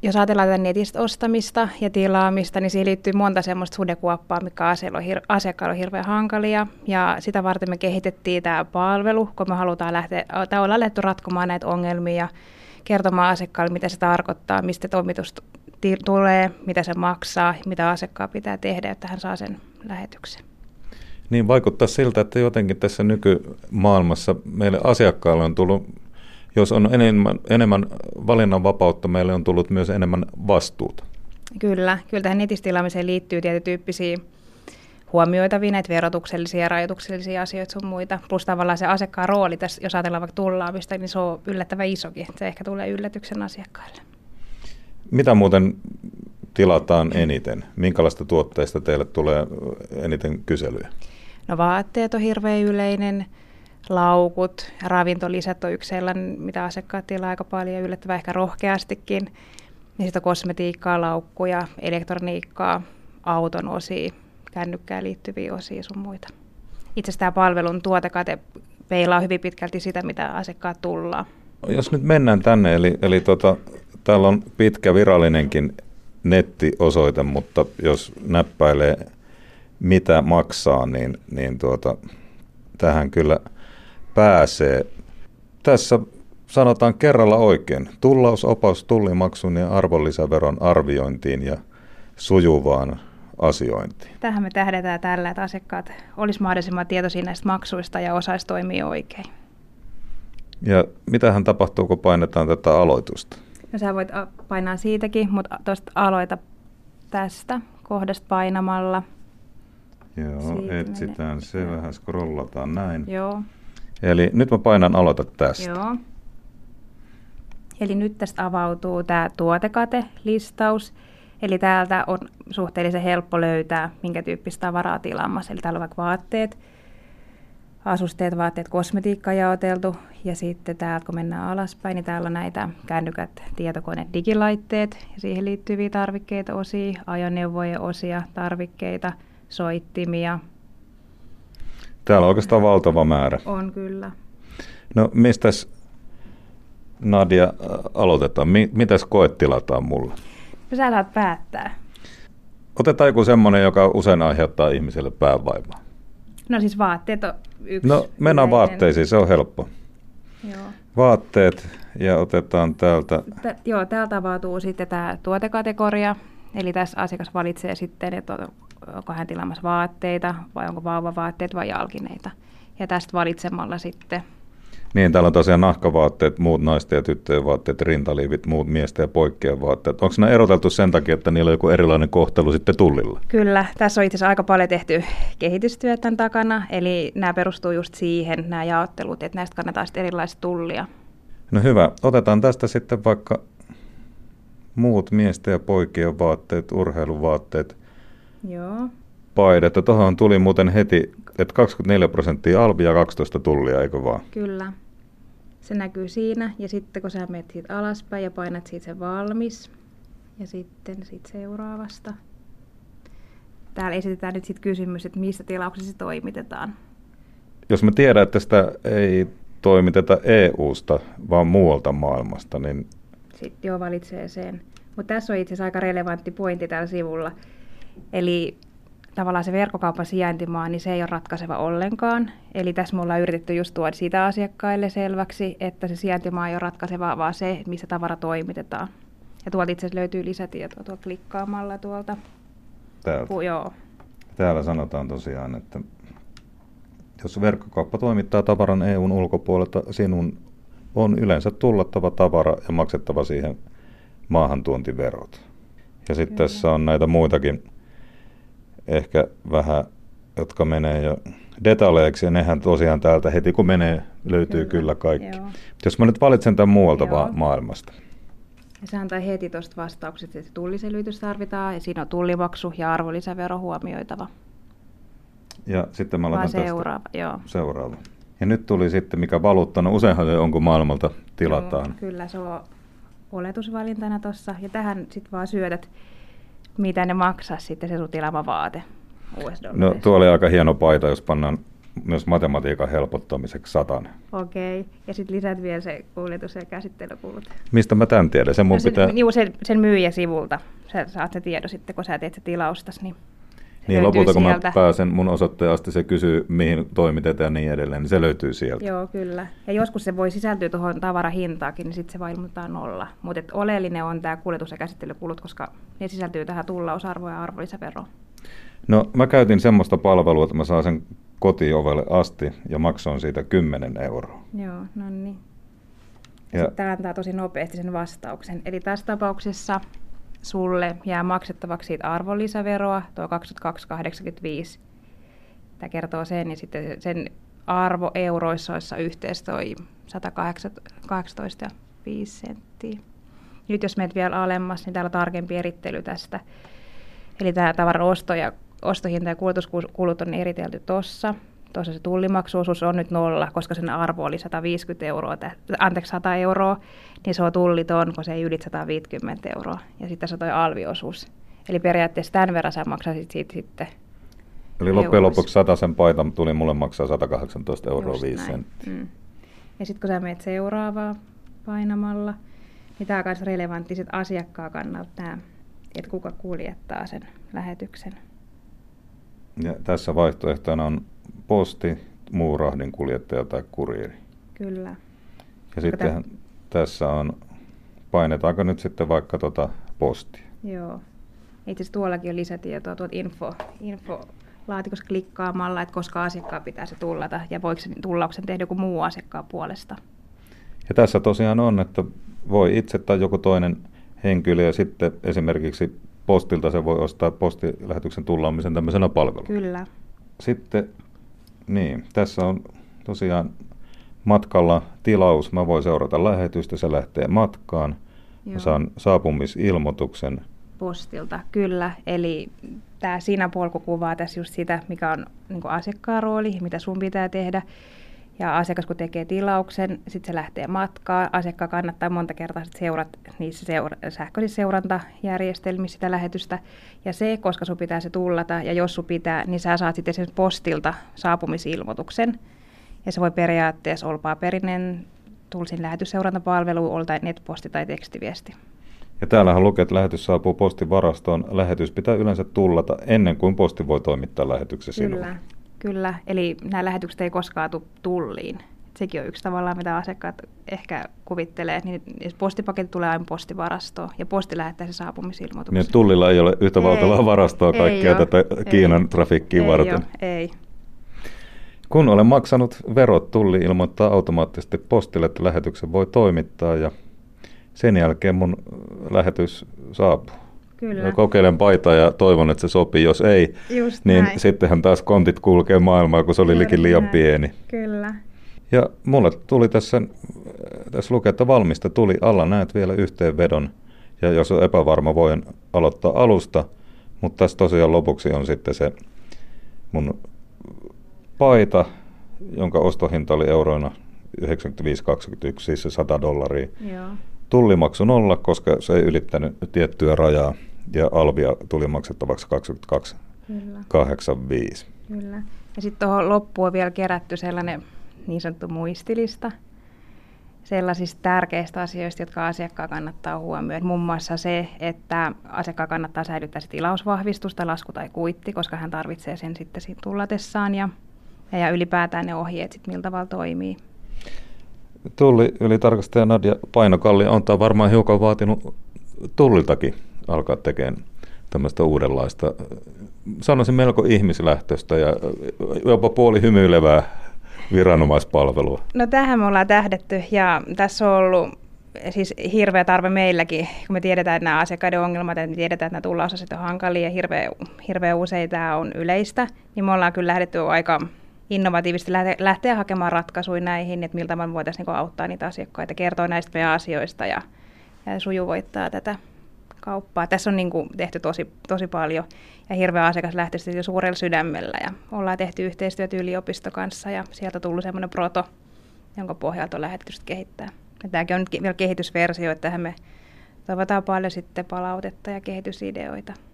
jos ajatellaan tätä netistä ostamista ja tilaamista, niin siihen liittyy monta semmoista sudekuoppaa, mikä asiakkailla on hirveän hankalia. Ja sitä varten me kehitettiin tämä palvelu, kun me halutaan ollaan lähdetty ratkomaan näitä ongelmia ja kertomaan asiakkaille, mitä se tarkoittaa, mistä toimitus tulee, mitä se maksaa, mitä asiakkaan pitää tehdä, että hän saa sen lähetyksen. Niin vaikuttaa siltä, että jotenkin tässä nykymaailmassa meille asiakkaille on tullut, jos on enemmän valinnanvapautta, meille on tullut myös enemmän vastuuta. Kyllä tähän netistilaamiseen liittyy tietyntyyppisiä huomioitavia, näitä verotuksellisia ja rajoituksellisia asioita sun muita. Plus tavallaan se asiakkaan rooli tässä, jos ajatellaan vaikka tullaamista, niin se on yllättävän isokin. Se ehkä tulee yllätyksen asiakkaille. Mitä muuten tilataan eniten? Minkälaista tuotteista teille tulee eniten kyselyjä? No vaatteet on hirveän yleinen, laukut, ravintolisät on yksi sellainen, mitä asiakkaat tilaa aika paljon ja yllättävän ehkä rohkeastikin. Niin sitten on kosmetiikkaa, laukkuja, elektroniikkaa, auton osia, kännykkään liittyviä osia sun muita. Itse asiassa tämä palvelun tuotekate peilaa hyvin pitkälti sitä, mitä asiakkaat tullaan. Jos nyt mennään tänne, eli täällä on pitkä virallinenkin nettiosoite, mutta jos näppäilee mitä maksaa, niin tähän kyllä pääsee. Tässä sanotaan kerralla oikein. Tullausopaus tullimaksun ja arvonlisäveron arviointiin ja sujuvaan asiointiin. Tähän me tähdätään tällä, että asiakkaat olisi mahdollisimman tietoisia näistä maksuista ja osaisi toimia oikein. Ja mitähän tapahtuu, kun painetaan tätä aloitusta? No sä voit painaa siitäkin, mutta tuosta aloita tästä kohdasta painamalla. Joo, siitä etsitään se, vähän scrollataan näin. Joo. Eli nyt mä painan aloita tästä. Joo. Eli nyt tästä avautuu tämä tuotekate-listaus. Eli täältä on suhteellisen helppo löytää, minkä tyyppistä tavaraa tilaamassa. Eli täällä on vaikka vaatteet, asusteet, vaatteet, kosmetiikka jaoteltu. Ja sitten täältä kun mennään alaspäin, niin täällä on näitä kännykät, tietokoneet, digilaitteet ja siihen liittyviä tarvikkeita, osia, ajoneuvojen osia, tarvikkeita, soittimia. Täällä on oikeastaan valtava määrä. On kyllä. No mistäs Nadia aloitetaan? Mitäs koetilataan mulle? No sä saat päättää. Otetaan joku semmoinen, joka usein aiheuttaa ihmiselle päävaivaa. No siis vaatteet on yksi. No mennään vaatteisiin, se on helppo. Joo. Vaatteet ja otetaan täältä. Täältä avautuu sitten tämä tuotekategoria. Eli tässä asiakas valitsee sitten, että onko hän tilaamassa vaatteita vai onko vauvavaatteet vai jalkineita. Ja tästä valitsemalla sitten. Niin, täällä on tosiaan nahkavaatteet, muut naisten ja tyttöjen vaatteet, rintaliivit, muut miesten ja poikien vaatteet. Onko nämä eroteltu sen takia, että niillä on joku erilainen kohtelu sitten tullilla? Kyllä, tässä on itse asiassa aika paljon tehty kehitystyötä tämän takana. Eli nämä perustuu just siihen, nämä jaottelut, että näistä kannetaan sitten erilaista tullia. No hyvä, otetaan tästä sitten vaikka muut miesten ja poikien vaatteet, urheiluvaatteet, joo, paidat. Tuohon tuli muuten heti, että 24% alvia ja 12 tullia, eikö vaan? Kyllä. Se näkyy siinä ja sitten kun sä menet siitä alaspäin ja painat siitä se valmis ja sitten seuraavasta. Täällä esitetään nyt sitten kysymys, että missä tilauksessa se toimitetaan. Jos mä tiedän, että sitä ei toimiteta EUsta, vaan muualta maailmasta, niin sitten jo valitsee sen. Mutta tässä on itse asiassa aika relevantti pointti tällä sivulla. Eli tavallaan se verkkokaupan sijaintimaa, niin se ei ole ratkaiseva ollenkaan. Eli tässä me ollaan yritetty just tuoda siitä asiakkaille selväksi, että se sijaintimaa ei ole ratkaiseva, vaan se, missä tavara toimitetaan. Ja tuolta itse asiassa löytyy lisätietoa tuolta klikkaamalla tuolta. Täältä. Joo. Täällä sanotaan tosiaan, että jos verkkokauppa toimittaa tavaran EUn ulkopuolelta, sinun on yleensä tullattava tavara ja maksettava siihen maahantuontiverot. Ja sitten tässä on näitä muitakin ehkä vähän, jotka menee jo detaljeiksi, ja nehän tosiaan täältä heti kun menee, löytyy kyllä kaikki. Joo. Jos mä nyt valitsen tämän muualta maailmasta. Ja se antaa heti tuosta vastaukset, että tulliselvitys tarvitaan, ja siinä on tullimaksu ja arvonlisävero huomioitava. Ja sitten mä laitan seuraava. Ja nyt tuli sitten, mikä valuutta, no useinhan se on, kun maailmalta tilataan. Joo, kyllä se on oletusvalintana tuossa, ja tähän sitten vaan syötät, mitä ne maksaa sitten se sun tilaama vaate. No tuo oli aika hieno paita, jos pannaan myös matematiikan helpottamiseksi 100. Okei. Ja sitten lisät vielä se kuljetus- ja käsittelykulut. Mistä mä tämän tiedän? Sen mun pitää... Sen myyjä sivulta. Sä saat se tiedon sitten, kun sä teet se tilaustas, niin niin lopulta kun mä pääsen mun osoitteen asti, se kysyy, mihin toimitetaan ja niin edelleen, niin se löytyy sieltä. Joo, kyllä. Ja joskus se voi sisältyä tuohon tavarahintaankin, niin sitten se vaan ilmoittaa 0. Mutta oleellinen on tämä kuljetus- ja käsittelykulut, koska ne sisältyy tähän tullausarvo- ja arvonlisäveroon. No mä käytin semmoista palvelua, että mä saan sen kotiovelle asti ja maksoin siitä 10 euroa. Joo, no niin. Ja sitten tämä antaa tosi nopeasti sen vastauksen. Eli tässä tapauksessa sulle jää maksettavaksi siitä arvonlisäveroa, tuo 22,85. Tämä kertoo sen, ja sitten sen arvo euroissa olisi yhteensä toi 118,5 €. Nyt jos menet vielä alemmas, niin täällä on tarkempi erittely tästä. Eli tämä tavaran ostohinta ja kuljetuskulut on eritelty tuossa. Tuossa se tullimaksuosuus on nyt 0, koska sen arvo oli 100 €, niin se on tulliton, kun se ei ylit 150 €. Ja sitten tässä on tuo alviosuus. Eli periaatteessa tämän verran sä maksaisit siitä sitten. Eli loppujen lopuksi 100 paita tuli mulle maksaa 118,05 €. Ja sitten kun sä menet seuraavaa painamalla, niin tämä on myös relevantti sit asiakkaan kannalta tämä, että kuka kuljettaa sen lähetyksen. Ja tässä vaihtoehtona on posti, muu rahdin kuljettaja tai kuriiri. Kyllä. Ja sitten tässä on, painetaanko nyt sitten vaikka postia? Joo. Itse asiassa tuollakin on lisätietoa tuolta infolaatikossa klikkaamalla, että koska asiakkaan pitää se tullata ja voiko sen tullauksen tehdä joku muu asiakkaan puolesta. Ja tässä tosiaan on, että voi itse tai joku toinen henkilö ja sitten esimerkiksi postilta se voi ostaa postilähetyksen tullaamisen tämmöisenä palveluna. Kyllä. Sitten, niin, tässä on tosiaan matkalla tilaus. Mä voin seurata lähetystä, se lähtee matkaan. Mä saan saapumisilmoituksen. Postilta, kyllä. Eli tämä siinä polku kuvaa tässä just sitä, mikä on niin kuin asiakkaan rooli, mitä sun pitää tehdä. Ja asiakas kun tekee tilauksen, sitten se lähtee matkaan. Asiakkaan kannattaa monta kertaa niissä sähköisissä seurantajärjestelmissä sitä lähetystä. Ja se, koska sun pitää se tullata, ja jos sun pitää, niin sä saat sitten esimerkiksi postilta saapumisilmoituksen. Ja se voi periaatteessa olla paperinen Tulsin lähetysseurantapalvelu, olta netposti tai tekstiviesti. Ja täällähän lukee, että lähetys saapuu postin varastoon. Lähetys pitää yleensä tullata ennen kuin posti voi toimittaa lähetyksen sinulle. Kyllä. Eli nämä lähetykset ei koskaan tule tulliin. Sekin on yksi tavallaan, mitä asiakkaat ehkä kuvittelee. Niin postipaketti tulee aina postivarastoon ja posti lähettää se saapumisilmoituksen. Niin tullilla ei ole yhtä valtavaa varastoa kaikkea tätä Kiinan trafiikkiä varten. Ei. Kun olen maksanut verot, tulli ilmoittaa automaattisesti postille, että lähetyksen voi toimittaa ja sen jälkeen mun lähetys saapuu. Kyllä. Ja kokeilen paitaa ja toivon, että se sopii. Jos ei, just niin näin. Sittenhän taas kontit kulkee maailmaa, kun se oli liian pieni. Kyllä. Ja mulle tuli tässä lukee, että valmista tuli. Alla näet vielä yhteenvedon. Ja jos on epävarma, voin aloittaa alusta. Mutta tässä tosiaan lopuksi on sitten se mun paita, jonka ostohinta oli euroina 95,21, siis se $100. Joo. Tullimaksu 0, koska se ei ylittänyt tiettyä rajaa. Ja alvia tuli maksettavaksi 22,85. Kyllä. Ja sitten tuohon loppuun on vielä kerätty sellainen niin sanottu muistilista sellaisista tärkeistä asioista, jotka asiakkaan kannattaa huomioida. Muun muassa se, että asiakkaan kannattaa säilyttää se tilausvahvistus tai lasku tai kuitti, koska hän tarvitsee sen sitten siinä tullatessaan ja ylipäätään ne ohjeet, sit, millä tavalla toimii. Tulli ylitarkastaja Nadia Painokalli on varmaan hiukan vaatinut tulliltakin alkaa tekemään tämmöistä uudenlaista, sanoisin melko ihmislähtöistä ja jopa puoli hymyilevää viranomaispalvelua. No tähän me ollaan tähdetty ja tässä on ollut siis hirveä tarve meilläkin, kun me tiedetään, että nämä asiakkaiden ongelmat, että me tiedetään, että nämä tullausaset on hankalia ja hirveän usein tämä on yleistä, niin me ollaan kyllä lähdetty aika innovatiivisesti lähteä hakemaan ratkaisuja näihin, että miltä me voitaisiin auttaa niitä asiakkaita, kertoa näistä meidän asioista ja sujuvoittaa tätä kauppaa. Tässä on tehty tosi paljon ja hirveä asiakaslähtöisesti jo suurella sydämellä ja ollaan tehty yhteistyötä yliopiston kanssa ja sieltä on tullut semmoinen proto, jonka pohjalta on lähdetty kehittää. Ja tämäkin on nyt vielä kehitysversio, että tähän me toivotaan paljon sitten palautetta ja kehitysideoita.